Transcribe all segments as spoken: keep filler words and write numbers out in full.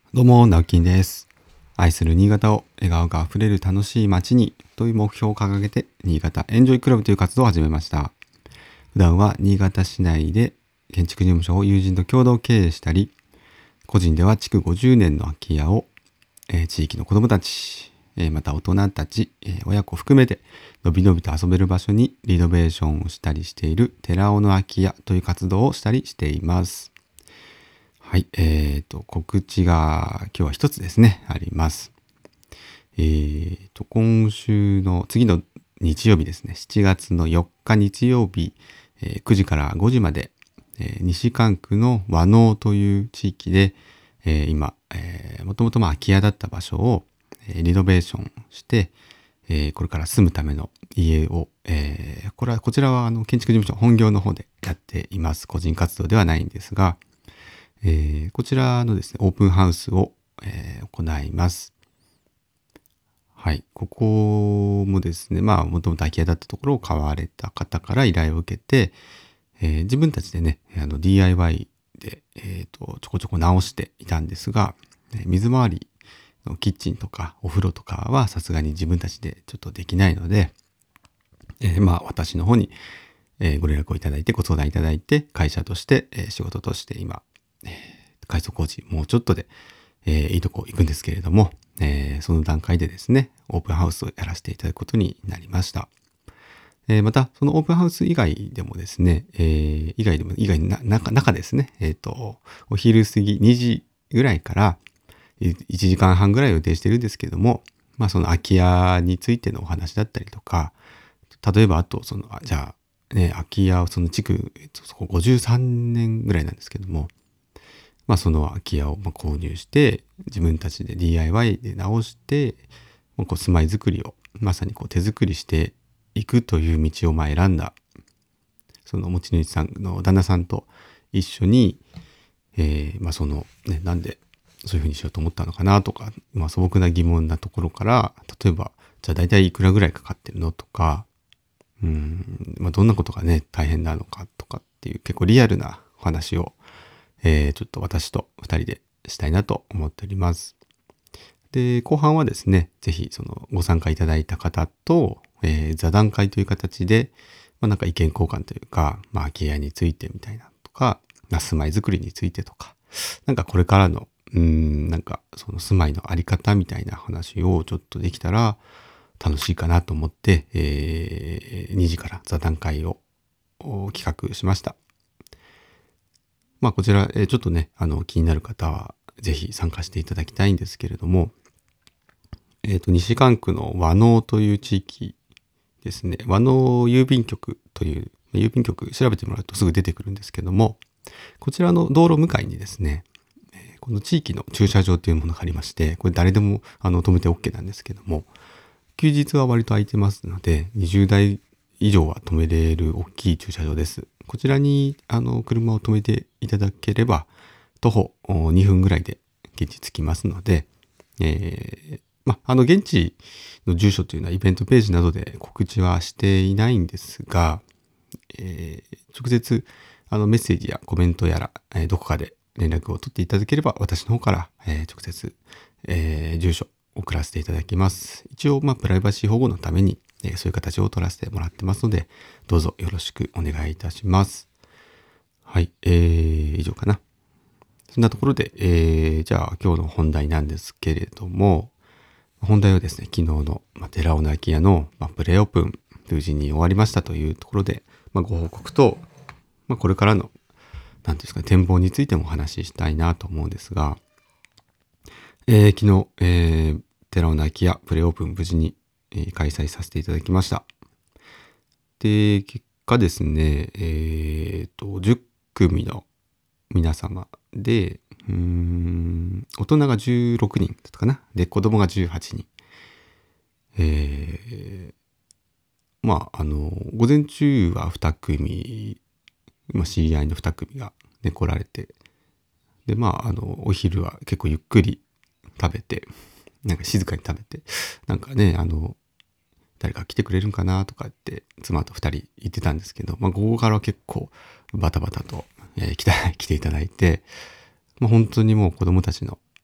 どうも、なおきんです。愛する新潟を笑顔があふれる楽しい街にという目標を掲げて、新潟エンジョイクラブという活動を始めました。普段は新潟市内で建築事務所を友人と共同経営したり、個人では築ごじゅうねんの空き家を、えー地域の子どもたち、えーまた大人たち、えー親子含めてのびのびと遊べる場所にリノベーションをしたりしている寺尾の空き家という活動をしたりしています。はい、えーと、告知が今日は一つですね、あります。えーと、今週の次の日曜日ですね、しちがつのよっか日曜日、えーくじからごじまで、えー西関区の和能という地域で、えー今、えー、もともとまあ空き家だった場所を、えーリノベーションして、えーこれから住むための家を、えーこれはこちらはあの建築事務所本業の方でやっています。個人活動ではないんですが、えーこちらのですね、オープンハウスを、えー行います。はい。ここもですね、まあ、もともと空き家だったところを買われた方から依頼を受けて、えー自分たちでね、あの ディーアイワイ で、えーと、ちょこちょこ直していたんですが、えー水回りのキッチンとかお風呂とかはさすがに自分たちでちょっとできないので、えーまあ、私の方に、えーご連絡をいただいて、ご相談いただいて、会社として、えー仕事として今、えー改装工事もうちょっとで、えーいいとこ行くんですけれども、えーその段階でですね、オープンハウスをやらせていただくことになりました。えーまた、そのオープンハウス以外でもですね、えー以外でも、以外な、中、中ですね、えっと、お昼過ぎにじぐらいからいいちじかんはんぐらい予定してるんですけれども、まあその空き家についてのお話だったりとか、例えばあと、その、あじゃあ、ね、空き家をその地区、えっとそこごじゅうさんねんぐらいなんですけども、まあその空き家をまあ購入して、自分たちで ディーアイワイ で直して、もうこう住まいづくりをまさにこう手作りしていくという道をまあ選んだ、その持ち主さんの旦那さんと一緒に、えーまあそのね、なんでそういうふうにしようと思ったのかなとか、まあ素朴な疑問なところから、例えば、じゃあ大体いくらぐらいかかってるのとか、うん、まあどんなことがね、大変なのかとかっていう結構リアルなお話を、えーちょっと私と二人でしたいなと思っております。で、後半はですね、ぜひそのご参加いただいた方と、えー座談会という形で、まあ、なんか意見交換というか、まあ、空き家についてみたいなとか、まあ、住まいづくりについてとか、なんかこれからの、うーん、なんかその住まいのあり方みたいな話をちょっとできたら楽しいかなと思って、えーにじから座談会をお企画しました。まあこちら、えーちょっとね、あの気になる方はぜひ参加していただきたいんですけれども、えっと、西関区の和能という地域ですね。和能郵便局という郵便局調べてもらうとすぐ出てくるんですけども、こちらの道路向かいにですね、えーこの地域の駐車場というものがありまして、これ誰でもあの止めて OK なんですけども、休日は割と空いてますので、にじゅうだい以上は止めれる大きい駐車場です。こちらにあの車を止めていただければ、徒歩おにふんぐらいで現地着きますので、えーまあ、あの現地の住所というのはイベントページなどで告知はしていないんですが、えー直接あのメッセージやコメントやら、えーどこかで連絡を取っていただければ私の方から、えー直接、えー住所を送らせていただきます。一応、まあ、プライバシー保護のために、えーそういう形を取らせてもらってますので、どうぞよろしくお願いいたします。はい、えー、以上かな。そんなところで、えー、じゃあ今日の本題なんですけれども、本題はですね、昨日の、まあ、寺尾の空き家の、まあ、プレオープン、無事に終わりましたというところで、まあ、ご報告と、まあ、これからの、なんていうんですかね、展望についてもお話ししたいなと思うんですが、えー昨日、えー寺尾の空き家プレオープン無事に、えー開催させていただきました。で、結果ですね、えーと、じゅっくみの皆様で、うーん、大人がじゅうろくにんだったかな。で、子供がじゅうはちにん。えーまあ、あの、午前中はに組、まあ、知り合いのに組が、ね、来られて、で、まあ、あの、お昼は結構ゆっくり食べて、なんか静かに食べて、なんかね、あの、誰か来てくれるんかなとかって妻と二人言ってたんですけど、まあ、午後からは結構バタバタと、えー来た来ていただいて、まあ、本当にもう子供たちの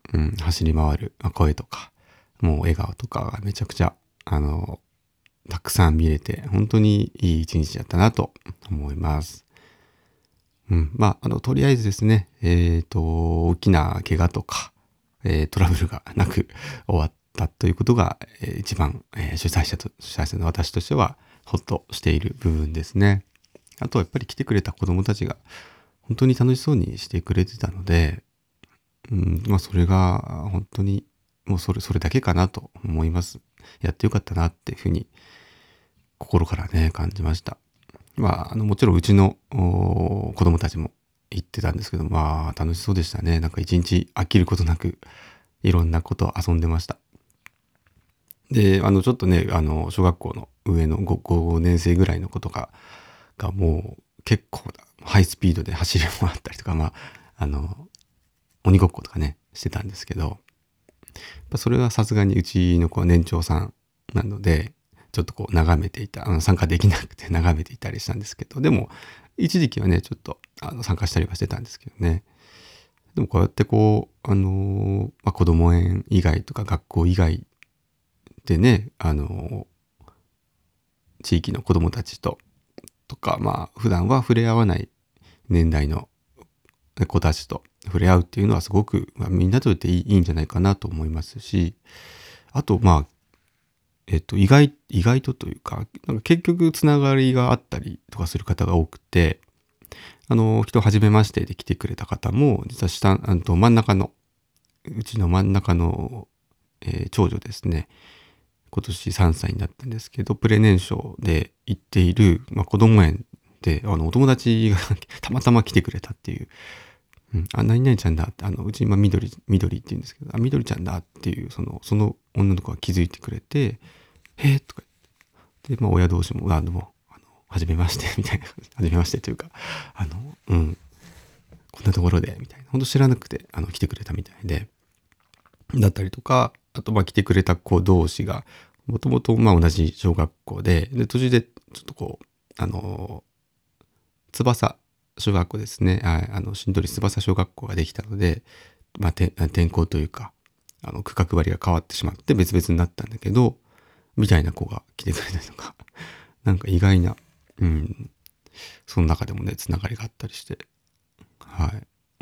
うん、走り回る声とか、もう笑顔とかがめちゃくちゃ、あの、たくさん見れて、本当にいい一日だったなと思います。うん。まあ、あの、とりあえずですね、えっと、大きな怪我とか、えートラブルがなく終わったということが、えー一番、えー主催者と、主催者の私としては、ほっとしている部分ですね。あとはやっぱり来てくれた子供たちが、本当に楽しそうにしてくれてたので、うん、まあ、それが、本当に、もうそれ、それだけかなと思います。やってよかったなっていうふうに、心からね、感じました。まあ、あの、もちろんうちのお子供たちも行ってたんですけど、まあ、楽しそうでしたね。なんか一日飽きることなく、いろんなことを遊んでました。で、あの、ちょっとね、あの、小学校の上の ご, ごねん生ぐらいの子とかがもう結構ハイスピードで走り回ったりとか、まあ、あの、鬼ごっことかね、してたんですけど、やっぱそれはさすがにうちの子は年長さんなので、ちょっとこう眺めていた、あの参加できなくて眺めていたりしたんですけど、でも、一時期はね、ちょっとあの参加したりはしてたんですけどね。でもこうやってこう、あのーまあ、子供園以外とか学校以外でね、あのー地域の子供たちと、とか、まあ、普段は触れ合わない年代の子たちと触れ合うっていうのはすごく、まあ、みんなとっていいいいんじゃないかなと思いますし、あと、まあ、えっと、意外、意外とというか、なんか結局つながりがあったりとかする方が多くて、あの、人初めましてで来てくれた方も、実は下、あの真ん中の、うちの真ん中の、えー長女ですね。今年さんさいになったんですけど、プレ年少で行っている、まあ、子供園で、あの、お友達がたまたま来てくれたっていう、うん、あ、何々ちゃんだって、あの、うち今緑、緑って言うんですけど、あ、緑ちゃんだっていう、その、その女の子が気づいてくれて、へーとか言って、まあ、親同士も、あ、どうも、あの、はじめまして、みたいな、はじめましてというか、あの、うん、こんなところで、みたいな、本当知らなくて、あの、来てくれたみたいで、だったりとか、あと、まあ、来てくれた子同士が、もともと、まあ、同じ小学校で、で、途中で、ちょっとこう、あの、翼小学校ですね。はい。あの、新鳥翼小学校ができたので、まあ、て転校というか、あの、区画割りが変わってしまって別々になったんだけど、みたいな子が来てくれたりとか、なんか意外な、うん、その中でもね、つながりがあったりして、はい。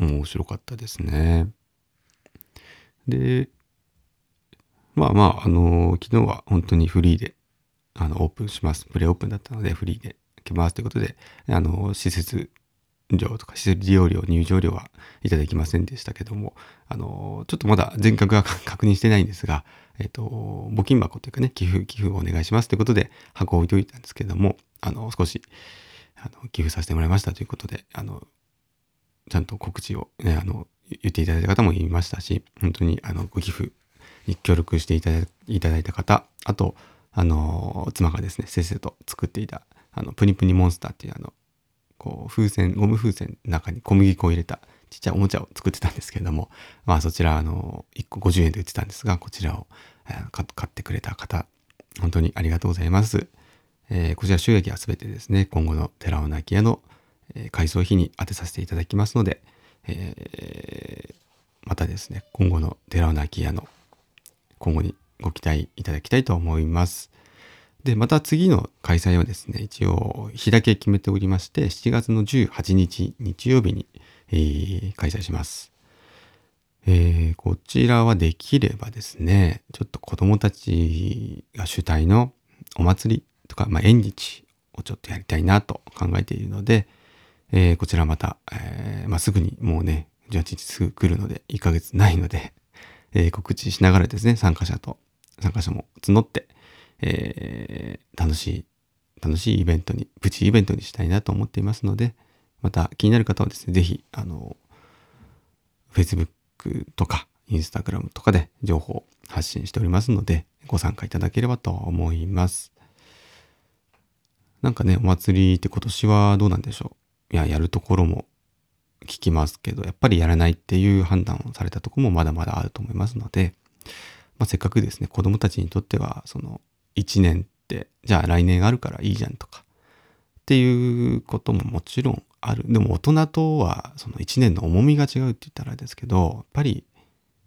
面白かったですね。で、まあまあ、あのー昨日は本当にフリーで、あの、オープンします。プレオープンだったので、フリーで来ますということで、あのー施設料とか施設利用料、入場料はいただきませんでしたけども、あのーちょっとまだ全額は確認してないんですが、えっと、募金箱というかね、寄付、寄付をお願いしますということで、箱を置いておいたんですけども、あの、少し、あの、寄付させてもらいましたということで、あの、ちゃんと告知をね、あの、言っていただいた方もいましたし、本当に、あの、ご寄付に協力していただいただいた方、あと、あの、妻がですね、せっせと作っていた、あの、プニプニモンスターっていうあの、こう、風船、ゴム風船の中に小麦粉を入れたちっちゃいおもちゃを作ってたんですけれども、まあそちら、あの、いっこごじゅうえんで売ってたんですが、こちらを、えー買ってくれた方、本当にありがとうございます。えーこちら収益はすべてですね、今後の寺尾泣屋の、えー改装費に当てさせていただきますので、えーまたですね、今後の寺尾泣屋の今後にご期待いただきたいと思います。で、また次の開催はですね、一応日だけ決めておりまして、しちがつのじゅうはちにち日曜日に、えー開催します。えーこちらはできればですね、ちょっと子供たちが主体のお祭りとか、まあ、縁日をちょっとやりたいなと考えているので、えーこちらまた、えーまあ、すぐにもうね、じゅうはちにちすぐ来るので、いっかげつないので、えー告知しながらですね、参加者と、参加者も募って、えー楽しい、楽しいイベントに、プチイベントにしたいなと思っていますので、また気になる方はですね、ぜひ、あの、Facebook とか Instagram とかで情報発信しておりますので、ご参加いただければと思います。なんかね、お祭りって今年はどうなんでしょう。いや、やるところも聞きますけど、やっぱりやらないっていう判断をされたところもまだまだあると思いますので、まあ、せっかくですね、子供たちにとっては、その、一年って、じゃあ来年あるからいいじゃんとか、っていうことももちろんある。でも大人とは、その一年の重みが違うって言ったらあれですけど、やっぱり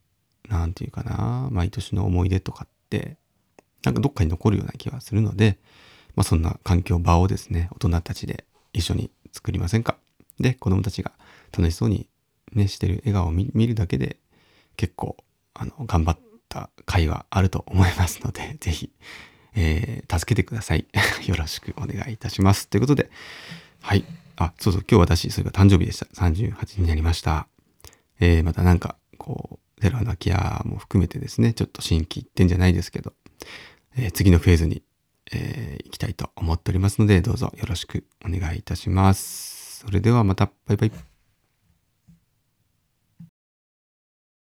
なんていうかな、毎年の思い出とかって、なんかどっかに残るような気がするので、まあそんな環境場をですね、大人たちで一緒に作りませんか。で、子供たちが楽しそうにね、してる笑顔を見見るだけで、結構、あの、頑張った甲斐はあると思いますので、ぜひ、えー、助けてください。よろしくお願いいたします。ということで、はい。あ、そうそう、今日私、それが誕生日でした。さんじゅうはちになりました。えー、またなんか、こう、ゼロの空き家も含めてですね、ちょっと心機一転じゃないですけど、えー、次のフェーズに、えー、行きたいと思っておりますので、どうぞよろしくお願いいたします。それではまた、バイバイ。